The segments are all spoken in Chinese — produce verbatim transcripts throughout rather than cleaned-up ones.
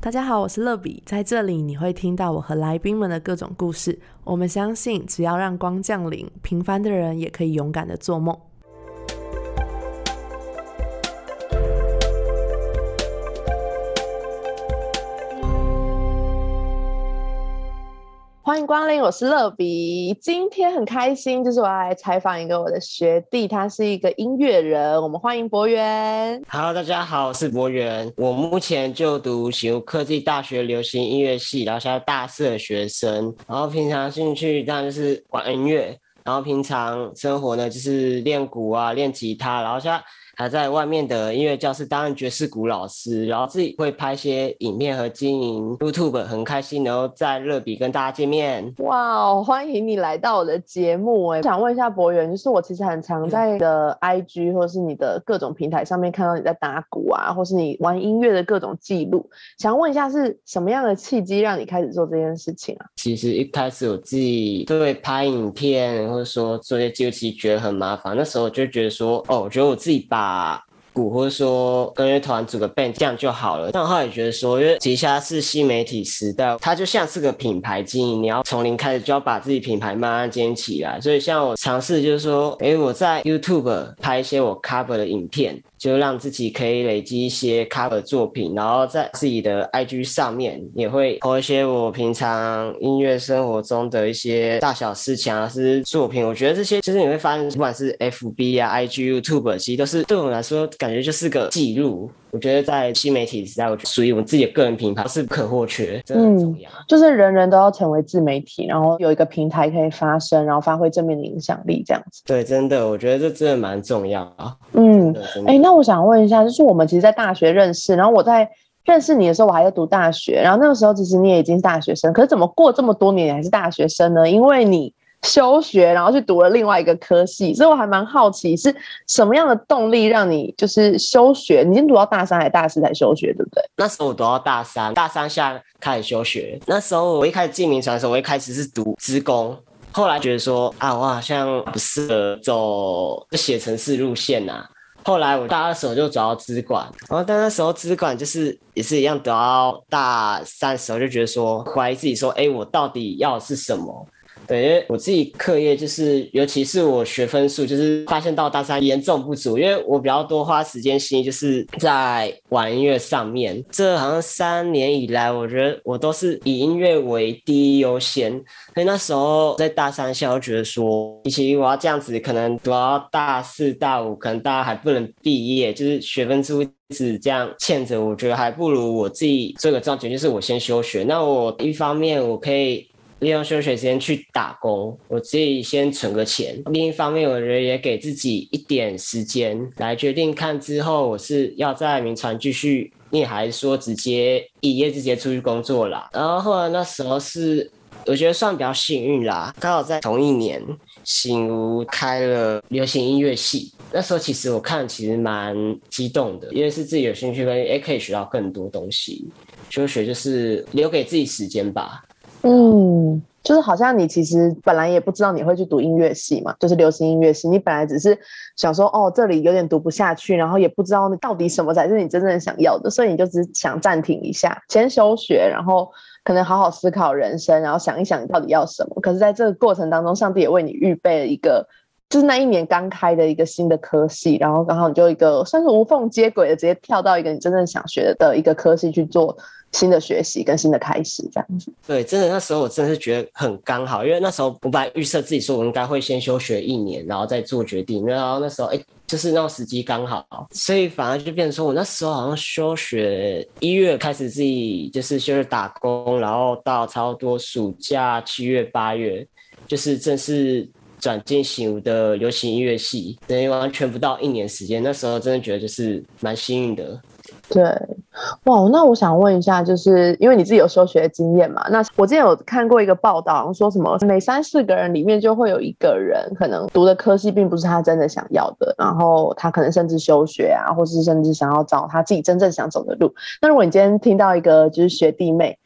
大家好，我是乐比，在这里你会听到我和来宾们的各种故事。我们相信，只要让光降临，平凡的人也可以勇敢的做梦。欢迎光临，我是乐比。今天很开心，就是我要来采访一个我的学弟，他是一个音乐人，我们欢迎博源。 Hello， 大家好，我是博源。我目前就读醒吾科技大学流行音乐系，然后现在大四的学生。然后平常兴趣当然就是玩音乐，然后平常生活呢就是练鼓啊、练吉他，然后现在还在外面的音乐教室担任爵士鼓老师，然后自己会拍一些影片和经营 YouTube， 很开心能够在乐比跟大家见面。 哇，欢迎你来到我的节目。我想问一下博源，就是我其实很常在你的 I G 或是你的各种平台上面看到你在打鼓啊，或是你玩音乐的各种记录，想问一下是什么样的契机让你开始做这件事情啊？ 其实一开始我自己对拍影片或者说做些记录其实觉得很麻烦，那时候我就觉得说哦，我觉得我自己把把鼓或者说跟乐团组个 band 这样就好了。但我后来也觉得说，因为其实现在是新媒体时代，它就像是个品牌经营，你要从零开始就要把自己品牌慢慢建起来。所以像我尝试就是说，诶，我在 YouTube 拍一些我 cover 的影片，就让自己可以累积一些 cover 作品，然后在自己的 I G 上面也会 po 一些我平常音乐生活中的一些大小事情啊，是作品。我觉得这些就是你会发现，不管是 F B 啊、I G、YouTube， 其实都是对我来说感觉就是个记录。我觉得在新媒体时代，我觉得属于我们自己的个人品牌是不可或缺，真的很重要、 嗯。就是人人都要成为自媒体，然后有一个平台可以发声，然后发挥正面的影响力，这样子。 对，真的，我觉得这真的蛮重要啊。 嗯，哎、欸，那我想问一下，就是我们其实在大学认识，然后我在认识你的时候，我还在读大学，然后那个时候其实你也已经是大学生，可是怎么过这么多年你还是大学生呢？因为你休学，然后去读了另外一个科系，所以我还蛮好奇是什么样的动力让你就是休学？你已经读到大三还是大四才休学，对不对？ 那时候我读到大三，大三下开始休学。那时候我一开始进名传的时候，我一开始是读资工，后来觉得说啊，我好像不适合走写程式路线啊。后来我大二的时候就找到资管，然后但那时候资管就是也是一样，读到大三的时候就觉得说怀疑自己说，哎，我到底要的是什么？对，因为我自己课业就是，尤其是我学分数，就是发现到大三严重不足，因为我比较多花时间心力就是在玩音乐上面。这好像三年以来，我觉得我都是以音乐为第一优先。所以那时候在大三下，我觉得说，与其我要这样子，可能读到大四、大五，可能大家还不能毕业，就是学分数一直这样欠着，我觉得还不如我自己做一个这样决定，就是我先休学。那我一方面我可以利用休学时间去打工，我自己先存个钱。另一方面，我觉得也给自己一点时间来决定看之后我是要在名传继续念，还是说直接肄业直接出去工作啦。然后后来那时候是我觉得算比较幸运啦，刚好在同一年醒吾开了流行音乐系。那时候其实我看其实蛮激动的，因为是自己有兴趣跟也可以学到更多东西。休学就是留给自己时间吧。 嗯，就是好像你其实本来也不知道你会去读音乐系嘛，就是流行音乐系，你本来只是想说哦这里有点读不下去，然后也不知道到底什么才是你真正想要的，所以你就只想暂停一下，先休学，然后可能好好思考人生，然后想一想你到底要什么。可是在这个过程当中，上帝也为你预备了一个就是那一年刚开的一个新的科系，然后刚好你就一个算是无缝接轨的直接跳到一个你真正想学的一个科系去做新的学习跟新的开始这样子。 对，真的那时候我真的是觉得很刚好，因为那时候我本来预设自己说我应该会先休学一年然后再做决定，然后那时候哎，就是那种时机刚好，所以反而就变成说我那时候好像休学一月开始自己就是休学打工，然后到差不多暑假七月八月就是正式转进醒吾的流行音乐系，等于完全不到一年时间。那时候真的觉得就是蛮幸运的。 对，哇，那我想问一下，就是因为你自己有休学的经验嘛，那我之前有看过一个报道，说什么每三四个人里面就会有一个人可能读的科系并不是他真的想要的，然后他可能甚至休学啊，或是甚至想要找他自己真正想走的路。那如果你今天听到一个就是学弟妹，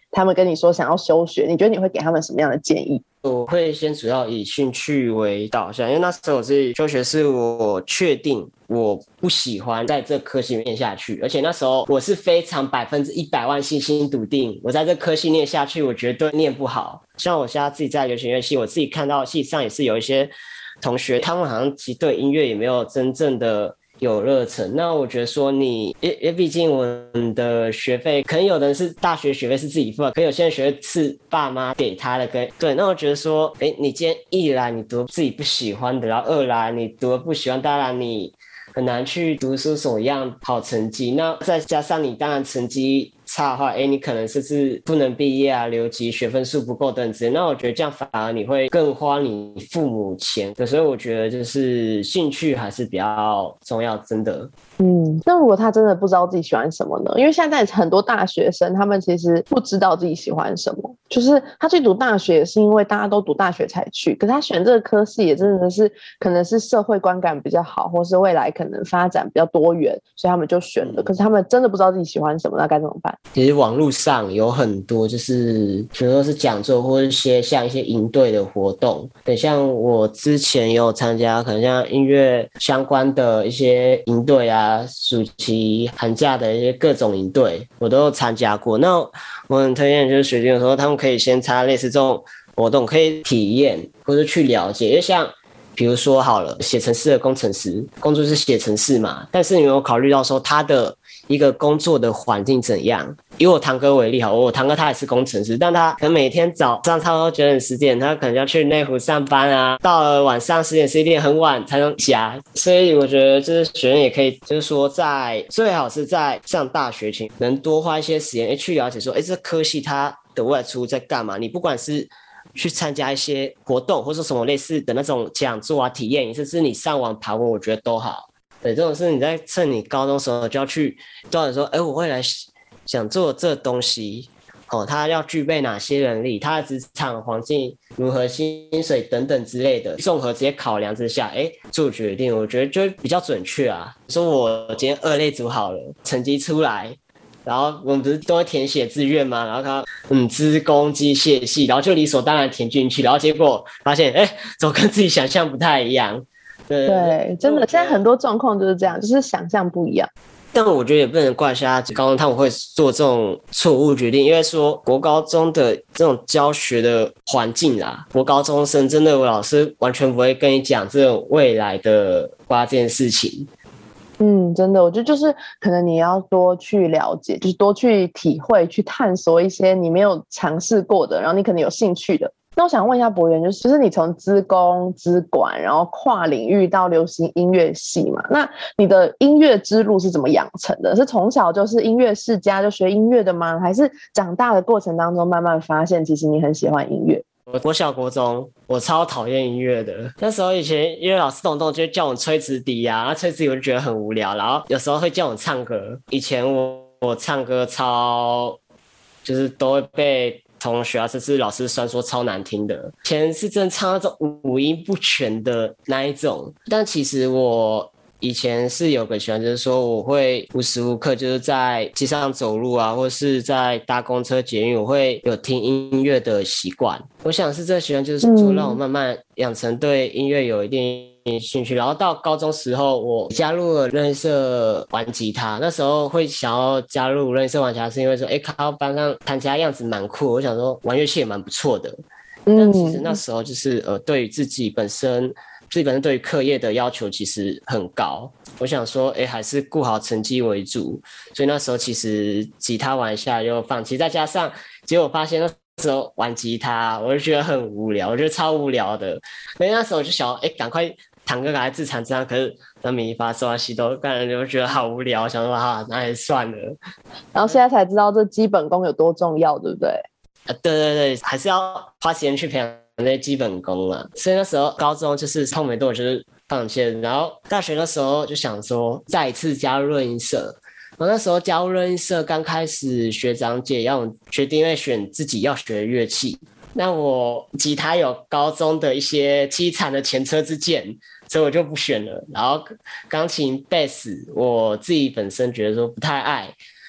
他们跟你说想要休学，你觉得你会给他们什么样的建议？ 我会先主要以兴趣为导向，因为那时候我是休学，是我确定我不喜欢在这科系念下去，而且那时候我是非常百分之一百万信心笃定，我在这科系念下去，我绝对念不好。像我现在自己在流行乐系，我自己看到系上也是有一些同学，他们好像其实对音乐也没有真正的有热忱。那我觉得说你，因为毕竟我们的学费，可能有的人是大学学费是自己付的，可有些人学费是爸妈给他的。跟对，那我觉得说，哎，你今天一来你读自己不喜欢的，然后二来你读了不喜欢，当然你很难去读出什么样好成绩。那再加上你当然成绩差的话，哎，你可能甚至不能毕业啊，留级，学分数不够等之类。那我觉得这样反而你会更花你父母钱。所以我觉得就是兴趣还是比较重要，真的。 嗯，那如果他真的不知道自己喜欢什么呢？因为现在很多大学生，他们其实不知道自己喜欢什么，就是他去读大学也是因为大家都读大学才去，可是他选这个科系也真的是可能是社会观感比较好，或是未来可能发展比较多元，所以他们就选了。可是他们真的不知道自己喜欢什么，那该怎么办？ 其实网络上有很多，就是比如说是讲座，或者一些像一些营队的活动。对，像我之前有参加，可能像音乐相关的一些营队啊，暑期寒假的一些各种营队，我都有参加过。那我很推荐就是学弟的时候，他们可以先参加类似这种活动，可以体验或者去了解。因为像比如说好了，写程式的工程师，工作是写程式嘛，但是你有考虑到说他的一个工作的环境怎样？以我堂哥为例好，我堂哥他也是工程师，但他可能每天早上差不多九点十点，他可能要去内湖上班啊，到了晚上十点十一点很晚才能家。所以我觉得就是学生也可以，就是说在最好是在上大学前能多花一些时间去了解说，哎，这科系它的未来出路在干嘛？你不管是去参加一些活动，或者什么类似的那种讲座啊、体验，甚至你上网爬文，我觉得都好。对，这种事你在趁你高中时候就要去教你说，哎，我未来想做这东西，哦，他要具备哪些能力，他的职场环境如何，薪水等等之类的，综合这些考量之下，哎，做决定，我觉得就比较准确啊。说我今天二类组好了，成绩出来。然后我们不是都会填写志愿吗？然后他嗯，资工机械系，然后就理所当然填进去，然后结果发现，哎，怎么跟自己想象不太一样？ 对，对真的，现在很多状况就是这样，就是想象不一样。 但我觉得也不能怪下高中他们会做这种错误决定，因为说国高中的这种教学的环境啦，国高中生真的老师完全不会跟你讲这种未来的瓜这件事情。 嗯，真的，我觉得就是可能你要多去了解，就是多去体会、去探索一些你没有尝试过的，然后你可能有兴趣的。那我想问一下博源，就是就是你从资工、资管，然后跨领域到流行音乐系嘛？那你的音乐之路是怎么养成的？是从小就是音乐世家就学音乐的吗？还是长大的过程当中慢慢发现，其实你很喜欢音乐？ 我国小国中我超讨厌音乐的，那时候以前音乐老师动不动就叫我吹直笛啊，那吹直笛我就觉得很无聊，然后有时候会叫我唱歌。以前我我唱歌超就是都会被同学啊甚至老师酸说超难听的，以前是真的唱那种五音不全的那一种。但其实我以前是有个习惯，就是说我会无时无刻就是在街上走路啊，或是在搭公车捷运，我会有听音乐的习惯。我想是这个习惯就是说让我慢慢养成对音乐有一定兴趣。然后到高中时候，我加入了热音社玩吉他。那时候会想要加入热音社玩吉他，是因为说，哎，看到班上弹吉他样子蛮酷，我想说玩乐器也蛮不错的。但其实那时候就是呃，对于自己本身。自己本身对于课业的要求其实很高，我想说，哎，还是顾好成绩为主，所以那时候其实吉他玩一下又放弃，再加上结果发现那时候玩吉他，我就觉得很无聊，我觉得超无聊的，所以那时候我就想，哎，赶快堂哥赶快自弹自唱，可是那米发嗦啊西哆，感觉就觉得好无聊，想说啊，那还是算了。 然后现在才知道这基本功有多重要，对不对？ 啊，对对对，还是要花时间去培养那些基本功啊。所以那时候高中就是碰没多久就是放弃了，然后大学那时候就想说再一次加入热音社。然后那时候加入热音社，刚开始学长姐要我决定会选自己要学的乐器。那我吉他有高中的一些凄惨的前车之鉴，所以我就不选了。然后钢琴、贝斯，我自己本身觉得说不太爱。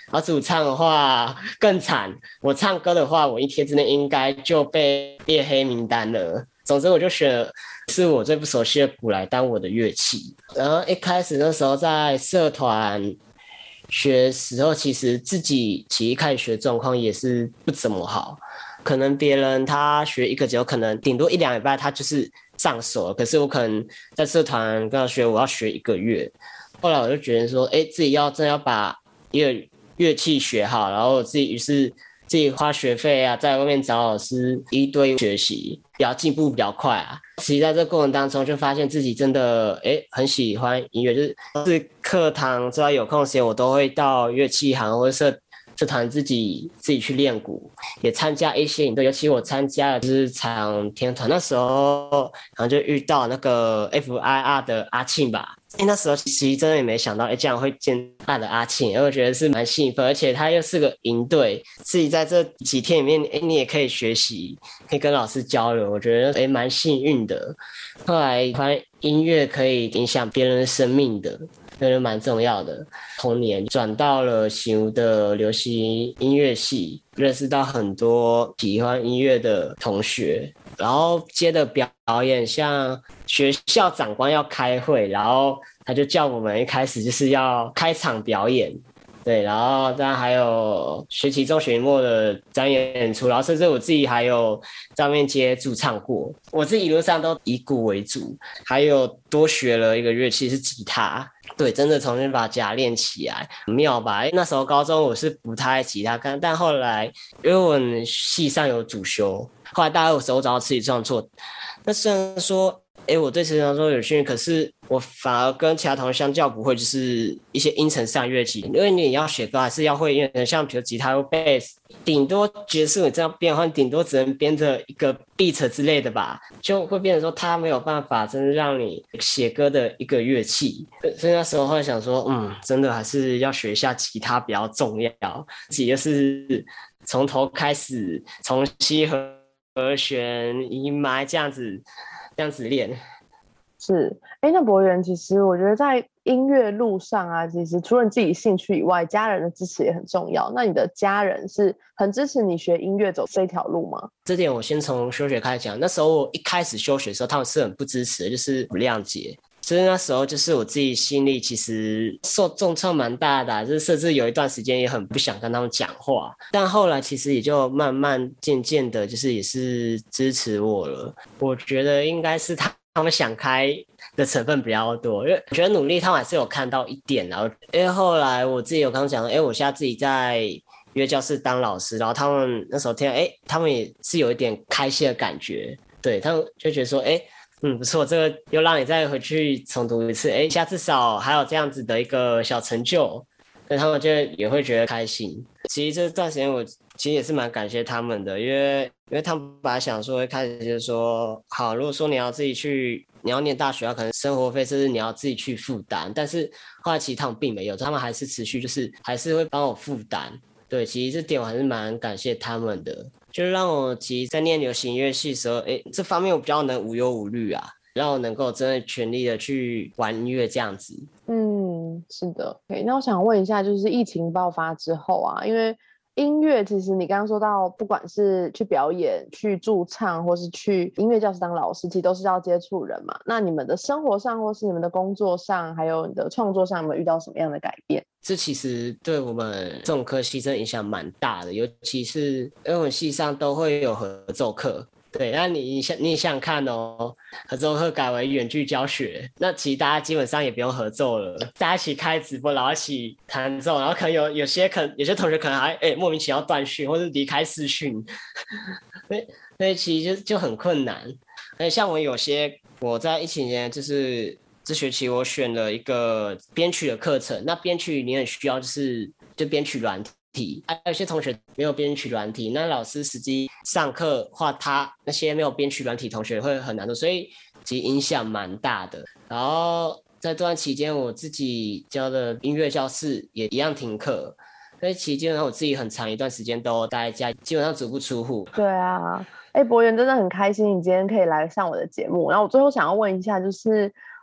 然后主唱的话更惨，我唱歌的话，我一天之内应该就被列黑名单了。总之，我就选了是我最不熟悉的鼓来当我的乐器。然后一开始那时候在社团学的时候，其实自己其实一开始学状况也是不怎么好。可能别人他学一个节奏，可能顶多一两礼拜他就是上手了，可是我可能在社团跟他学，我要学一个月。后来我就觉得说，哎，自己要真的要把一个乐器学好，然后我自己于是自己花学费啊，在外面找老师一堆学习，比较进步比较快啊。其实在这个过程当中，就发现自己真的哎很喜欢音乐，就是是课堂只要有空的时间，我都会到乐器行或者社社团自己自己去练鼓，也参加一些营队，尤其我参加的就是彩虹天团，那时候然后就遇到那个 F I R 的阿庆吧。欸、那时候其实真的也没想到，哎、欸，这样会见到的阿庆，因为我觉得是蛮兴奋，而且他又是个营队，自己在这几天里面，哎、欸，你也可以学习，可以跟老师交流，我觉得哎蛮、欸、幸运的。后来发现音乐可以影响别人的生命的，觉得蛮重要的。同年转到了醒吾的流行音乐系，认识到很多喜欢音乐的同学。然后接着表演，像学校长官要开会，然后他就叫我们一开始就是要开场表演，对，然后当然还有学期中学期末的展演出，然后甚至我自己还有在外面接驻唱过。我自己一路上都以鼓为主，还有多学了一个乐器是吉他。对，真的重新把吉他练起来，很妙吧？那时候高中我是不太爱吉他，但后来因为我们系上有主修，后来大家有时候找到自己创作。那虽然说，哎，我对词创作有兴趣，可是我反而跟其他同学相较不会，就是一些音程上乐器，因为你要写歌还是要会，因为像比如吉他或贝斯，顶多爵士你这样编的话，顶多只能编着一个 beat 之类的吧，就会变成说它没有办法真的让你写歌的一个乐器。所以那时候会想说，嗯，真的还是要学一下吉他比较重要，自己就是从头开始，从 C 和和弦、E 麦这样子这样子练。 是，哎，那博源，其实我觉得在音乐路上啊，其实除了你自己兴趣以外，家人的支持也很重要。那你的家人是很支持你学音乐走这条路吗？ 这点我先从休学开始讲。那时候我一开始休学的时候，他们是很不支持的，就是不谅解。所以那时候就是我自己心里其实受重创蛮大的、啊，就是甚至有一段时间也很不想跟他们讲话。但后来其实也就慢慢渐渐的，就是也是支持我了。我觉得应该是他。他们想开的成分比较多，因为我觉得努力他们还是有看到一点，然后因为后来我自己有刚刚讲，哎，我现在自己在音乐教室当老师，然后他们那时候听，哎，他们也是有一点开心的感觉，对，他们就觉得说，哎，嗯，不错，这个又让你再回去重读一次，哎，现在至少还有这样子的一个小成就，所以他们就也会觉得开心。其实这段时间我其实也是蛮感谢他们的，因为因为他们本来想说一开始就是说，好，如果说你要自己去，你要念大学，可能生活费甚至你要自己去负担，但是后来其实他们并没有，他们还是持续就是还是会帮我负担。对，其实这点我还是蛮感谢他们的，就是让我其实在念流行音乐系的时候，哎，这方面我比较能无忧无虑啊，让我能够真的全力的去玩音乐这样子。 嗯，是的。Okay, 那我想问一下，就是疫情爆发之后啊，因为音乐其实你刚刚说到，不管是去表演、去驻唱，或是去音乐教室当老师，其实都是要接触人嘛。那你们的生活上，或是你们的工作上，还有你的创作上，有没有遇到什么样的改变？ 这其实对我们这种科系真的影响蛮大的，尤其是因为我们系上都会有合奏课。对，那你想你想看哦，合奏课改为远距教学，那其实大家基本上也不用合奏了，大家一起开直播，然后一起弹奏，然后可能有有些可能有些同学可能还哎莫名其妙断讯，或是离开视讯，所以所以其实就就很困难。而且像我有些我在一起年就是这学期我选了一个编曲的课程，那编曲你很需要就是就编曲软体。还有一些同学没有编曲软体，那老师实际上课的话，他那些没有编曲软体同学会很难的，所以其实影响蛮大的。然后在这段期间，我自己教的音乐教室也一样停课，所以期间我自己很长一段时间都待在家，基本上足不出户。 对啊，哎，博源真的很开心你今天可以来上我的节目。然后我最后想要问一下，就是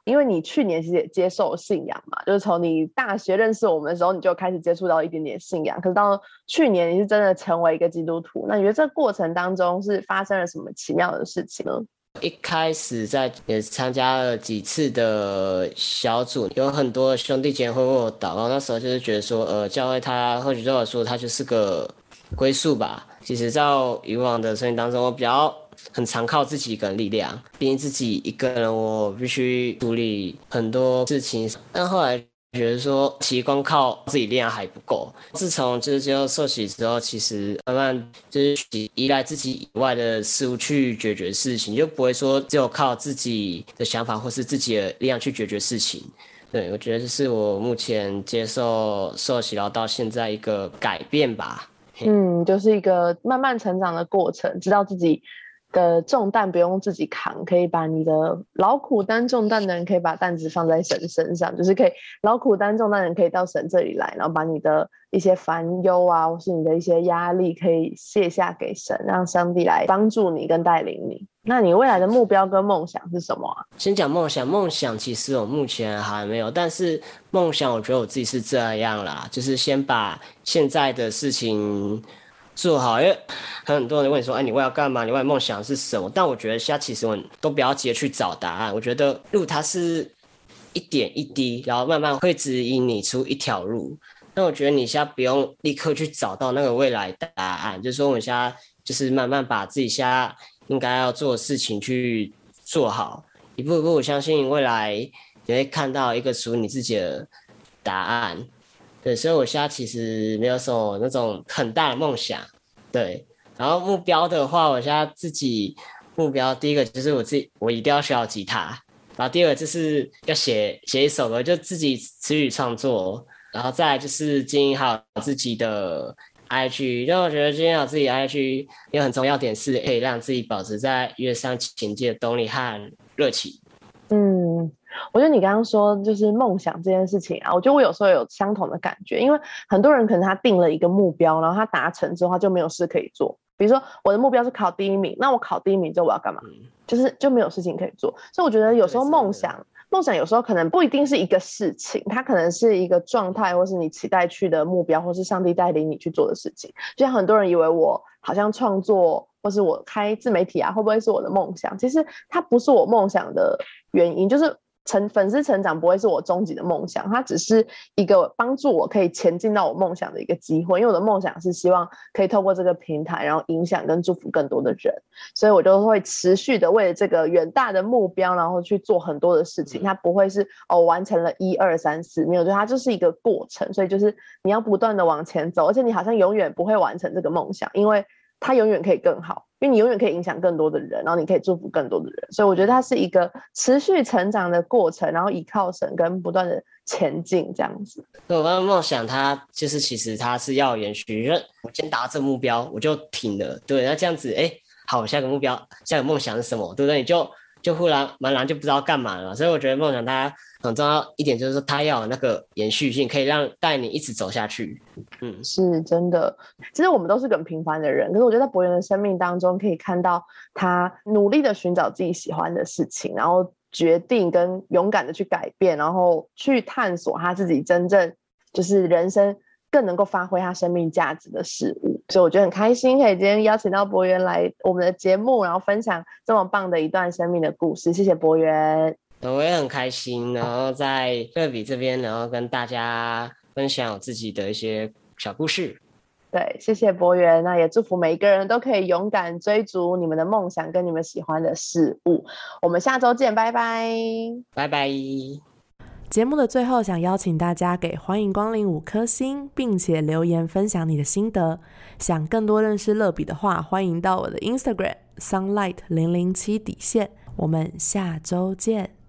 因为你去年其实也接受信仰嘛，就是从你大学认识我们的时候，你就开始接触到一点点信仰，可是到去年你是真的成为一个基督徒，那你觉得这个过程当中是发生了什么奇妙的事情呢？ 一开始在也参加了几次的小组，有很多兄弟姐妹会为我祷告。那时候就是觉得说，呃，教会它或许对我说，它就是个归宿吧。其实，在以往的生命当中，我比较很常靠自己一个人力量，毕竟自己一个人，我必须处理很多事情。但后来觉得说，其实光靠自己力量还不够。自从就是接受受洗之后，其实慢慢就是依赖自己以外的事物去解决事情，就不会说只有靠自己的想法或是自己的力量去解决事情。对，我觉得这是我目前接受受洗然后到现在一个改变吧。 嗯，就是一个慢慢成长的过程，知道自己的重担不用自己扛，可以把你的劳苦担重担的人可以把担子放在神身上，就是可以劳苦担重担的人可以到神这里来，然后把你的一些烦忧啊或是你的一些压力可以卸下给神，让上帝来帮助你跟带领你。那你未来的目标跟梦想是什么啊？ 先讲梦想，梦想其实我目前还没有，但是梦想我觉得我自己是这样啦，就是先把现在的事情做好，因为很多人问你说，哎，你未来要干嘛？你未来梦想是什么？但我觉得现在其实我们都不要急着去找答案，我觉得路它是一点一滴，然后慢慢会指引你出一条路。那我觉得你现在不用立刻去找到那个未来答案，就是说我们现在就是慢慢把自己现在应该要做的事情去做好，一步一步，我相信未来你会看到一个属于你自己的答案。对，所以我现在其实没有什么那种很大的梦想，对。然后目标的话，我现在自己目标第一个就是我自己，我一定要学好吉他，然后第二个就是要写写一首歌，就自己词语创作，然后再来就是经营好自己的 I G， 因为我觉得经营好自己的 I G 有很重要点是可以让自己保持在乐上前进的动力和热情。 嗯，我觉得你刚刚说就是梦想这件事情啊，我觉得我有时候有相同的感觉，因为很多人可能他定了一个目标，然后他达成之后他就没有事可以做。比如说我的目标是考第一名，那我考第一名之后我要干嘛？嗯、就是就没有事情可以做。所以我觉得有时候梦想，梦想有时候可能不一定是一个事情，它可能是一个状态，或是你期待去的目标，或是上帝带领你去做的事情。就像很多人以为我好像创作或是我开自媒体啊，会不会是我的梦想？其实它不是我梦想的原因，就是成粉丝成长不会是我终极的梦想，它只是一个帮助我可以前进到我梦想的一个机会。因为我的梦想是希望可以透过这个平台，然后影响跟祝福更多的人，所以我就会持续的为了这个远大的目标，然后去做很多的事情。它不会是哦完成了一二三四，没有，就它就是一个过程。所以就是你要不断的往前走，而且你好像永远不会完成这个梦想，因为它永远可以更好，因为你永远可以影响更多的人，然后你可以祝福更多的人。所以我觉得它是一个持续成长的过程，然后依靠神跟不断的前进这样子。 我的梦想它就是其实它是要延续，我先达到这个目标我就停了，对，那这样子哎，好，下个目标下个梦想是什么，对不对？你就就忽然茫然就不知道干嘛了。所以我觉得梦想它很重要一点就是说它要有那个延续性，可以让带你一直走下去。嗯， 是真的。其实我们都是个很平凡的人，可是我觉得在博源的生命当中可以看到他努力的寻找自己喜欢的事情，然后决定跟勇敢的去改变，然后去探索他自己真正就是人生更能够发挥他生命价值的事物。所以我觉得很开心可以今天邀请到博源来我们的节目，然后分享这么棒的一段生命的故事。谢谢博源。 我也很开心，然后在乐比这边，然后跟大家分享我自己的一些小故事。 对，谢谢博源。那也祝福每一个人都可以勇敢追逐你们的梦想跟你们喜欢的事物。我们下周见，拜拜。 拜拜。 节目的最后，想邀请大家给欢迎光临五颗星，并且留言分享你的心得。想更多认识乐比的话，欢迎到我的 Instagram sunlight 零零七底线。我们下周见。